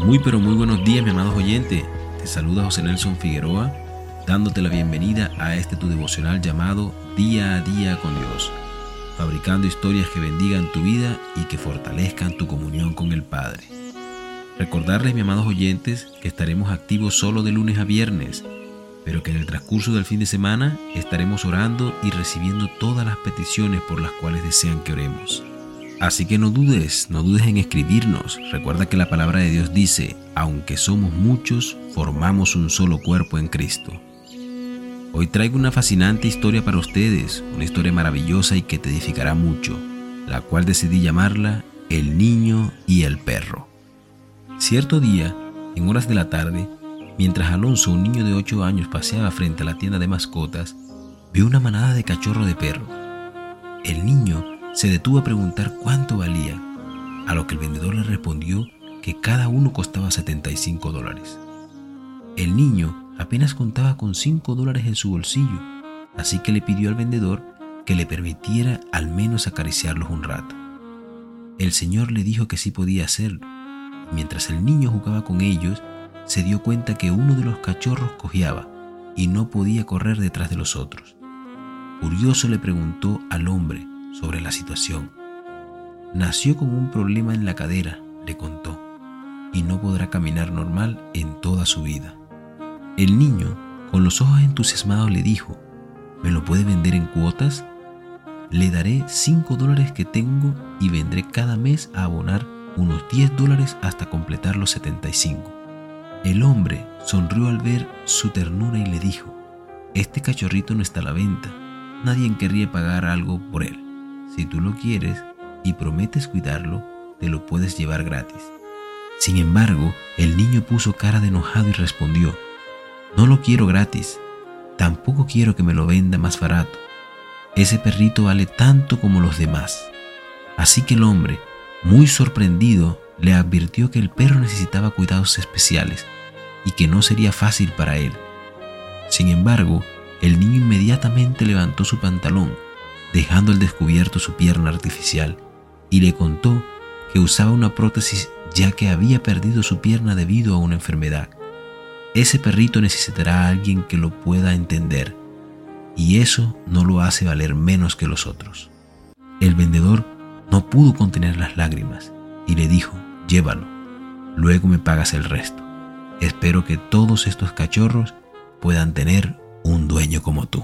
Muy pero muy buenos días, mi amados oyentes. Te saluda José Nelson Figueroa, dándote la bienvenida a este tu devocional llamado Día a Día con Dios, fabricando historias que bendigan tu vida y que fortalezcan tu comunión con el Padre. Recordarles, mis amados oyentes, que estaremos activos solo de lunes a viernes, pero que en el transcurso del fin de semana estaremos orando y recibiendo todas las peticiones por las cuales desean que oremos. Así que no dudes en escribirnos. Recuerda que la palabra de Dios dice: aunque somos muchos, formamos un solo cuerpo en Cristo. Hoy traigo una fascinante historia para ustedes, una historia maravillosa y que te edificará mucho, la cual decidí llamarla El niño y el perro. Cierto día, en horas de la tarde, mientras Alonso, un niño de 8 años, paseaba frente a la tienda de mascotas, vio una manada de cachorros de perro. El niño se detuvo a preguntar cuánto valía, a lo que el vendedor le respondió que cada uno costaba $75. El niño apenas contaba con $5 en su bolsillo, así que le pidió al vendedor que le permitiera al menos acariciarlos un rato. El señor le dijo que sí podía hacerlo, y mientras el niño jugaba con ellos, se dio cuenta que uno de los cachorros cojeaba y no podía correr detrás de los otros. Curioso, le preguntó al hombre sobre la situación. Nació con un problema en la cadera, le contó, y no podrá caminar normal en toda su vida. El niño, con los ojos entusiasmados, le dijo: ¿me lo puede vender en cuotas? Le daré $5 que tengo y vendré cada mes a abonar unos $10 hasta completar los 75. El hombre sonrió al ver su ternura y le dijo: este cachorrito no está a la venta. Nadie querría pagar algo por él. Si tú lo quieres y prometes cuidarlo, te lo puedes llevar gratis. Sin embargo, el niño puso cara de enojado y respondió: no lo quiero gratis. Tampoco quiero que me lo venda más barato. Ese perrito vale tanto como los demás. Así que el hombre, muy sorprendido, le advirtió que el perro necesitaba cuidados especiales y que no sería fácil para él. Sin embargo, el niño inmediatamente levantó su pantalón, dejando al descubierto su pierna artificial, y le contó que usaba una prótesis ya que había perdido su pierna debido a una enfermedad. Ese perrito necesitará a alguien que lo pueda entender, y eso no lo hace valer menos que los otros. El vendedor no pudo contener las lágrimas y le dijo: llévalo, luego me pagas el resto. Espero que todos estos cachorros puedan tener un dueño como tú.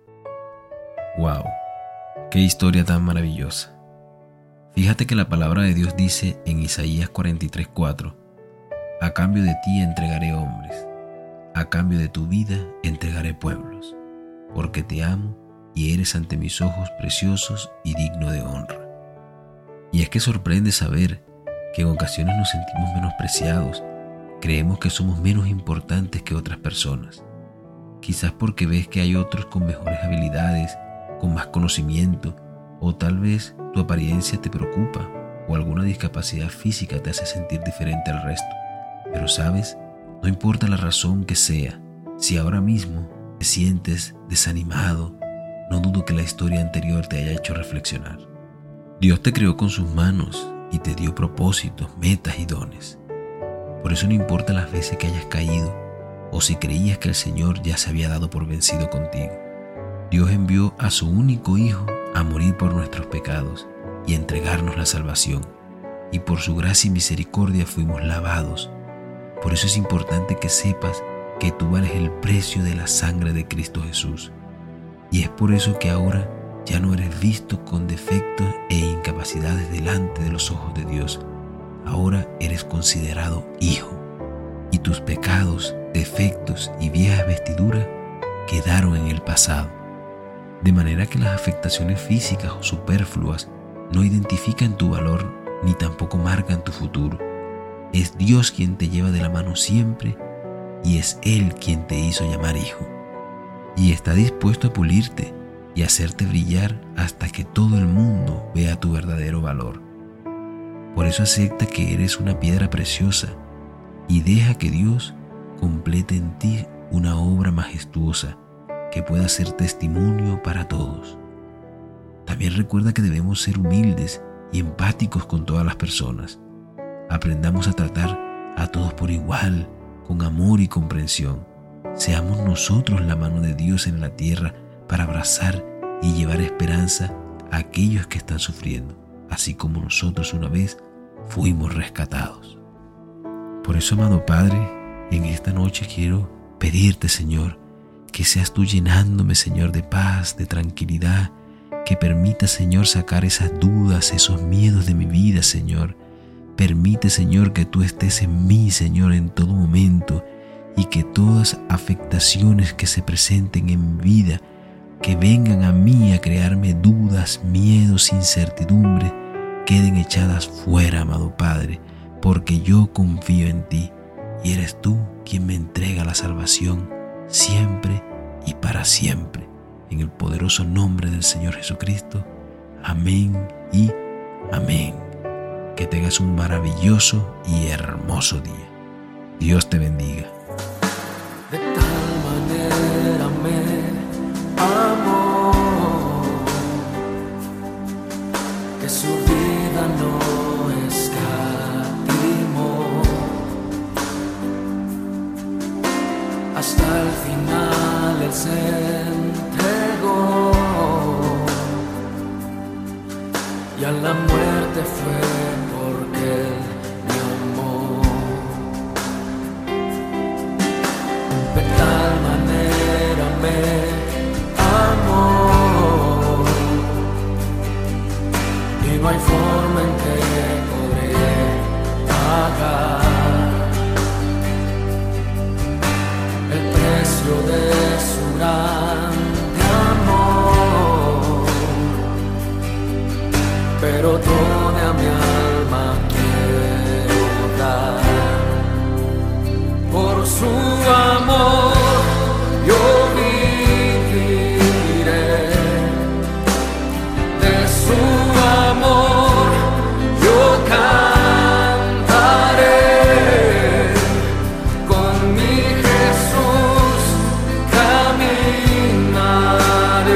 ¡Wow! ¡Qué historia tan maravillosa! Fíjate que la palabra de Dios dice en Isaías 43:4: a cambio de ti entregaré hombres, a cambio de tu vida entregaré pueblos, porque te amo y eres ante mis ojos preciosos y digno de honra. Y es que sorprende saber que en ocasiones nos sentimos menospreciados, creemos que somos menos importantes que otras personas, quizás porque ves que hay otros con mejores habilidades, con más conocimiento, o tal vez tu apariencia te preocupa o alguna discapacidad física te hace sentir diferente al resto. Pero sabes, no importa la razón que sea, si ahora mismo te sientes desanimado, no dudo que la historia anterior te haya hecho reflexionar. Dios te creó con sus manos y te dio propósitos, metas y dones. Por eso no importa las veces que hayas caído o si creías que el Señor ya se había dado por vencido contigo. Dios envió a su único Hijo a morir por nuestros pecados y entregarnos la salvación. Y por su gracia y misericordia fuimos lavados. Por eso es importante que sepas que tú vales el precio de la sangre de Cristo Jesús. Y es por eso que ahora ya no eres visto con defectos e incapacidades delante de los ojos de Dios. Ahora eres considerado hijo. Y tus pecados, defectos y viejas vestiduras quedaron en el pasado. De manera que las afectaciones físicas o superfluas no identifican tu valor ni tampoco marcan tu futuro. Es Dios quien te lleva de la mano siempre y es Él quien te hizo llamar hijo. Y está dispuesto a pulirte y hacerte brillar hasta que todo el mundo vea tu verdadero valor. Por eso acepta que eres una piedra preciosa y deja que Dios complete en ti una obra majestuosa que pueda ser testimonio para todos. También recuerda que debemos ser humildes y empáticos con todas las personas. Aprendamos a tratar a todos por igual, con amor y comprensión. Seamos nosotros la mano de Dios en la tierra para abrazar y llevar esperanza a aquellos que están sufriendo, así como nosotros una vez fuimos rescatados. Por eso, amado Padre, en esta noche quiero pedirte, Señor, que seas tú llenándome, Señor, de paz, de tranquilidad, que permita, Señor, sacar esas dudas, esos miedos de mi vida, Señor. Permite, Señor, que tú estés en mí, Señor, en todo momento, y que todas afectaciones que se presenten en mi vida, que vengan a mí a crearme dudas, miedos, incertidumbre, queden echadas fuera, amado Padre, porque yo confío en ti y eres tú quien me entrega la salvación siempre y para siempre. En el poderoso nombre del Señor Jesucristo. Amén y amén. Que tengas un maravilloso y hermoso día. Dios te bendiga. De tal manera me amó que su vida no escatimó. Hasta el final Él se entregó y a la muerte fue porque Él me amó. De tal manera me amó y no hay forma en que podré pagar el precio de su grande amor, pero toda mi alma quiero dar. Por su amor yo viviré, de su amor yo cantaré, con mi Jesús caminaré,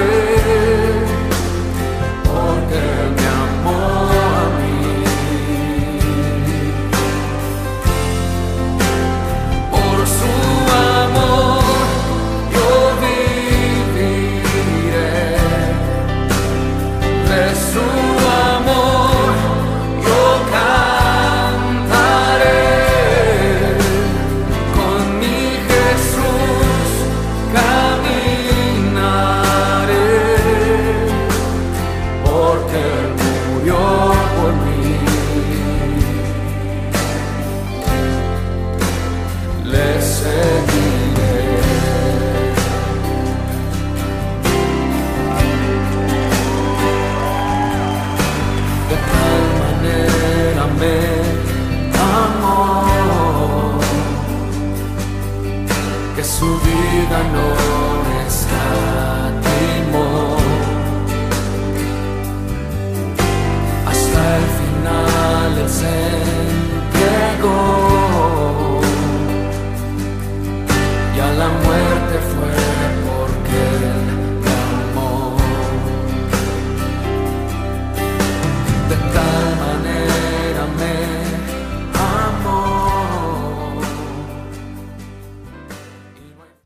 porque me amó a mí. Por su amor yo viviré, de su amor yo cantaré, con mi Jesús caminaré, porque Él murió por mí. Le seguiré. De tal manera me amó que su vida no escatimó. Hasta el final Él se entregó y a la muerte fue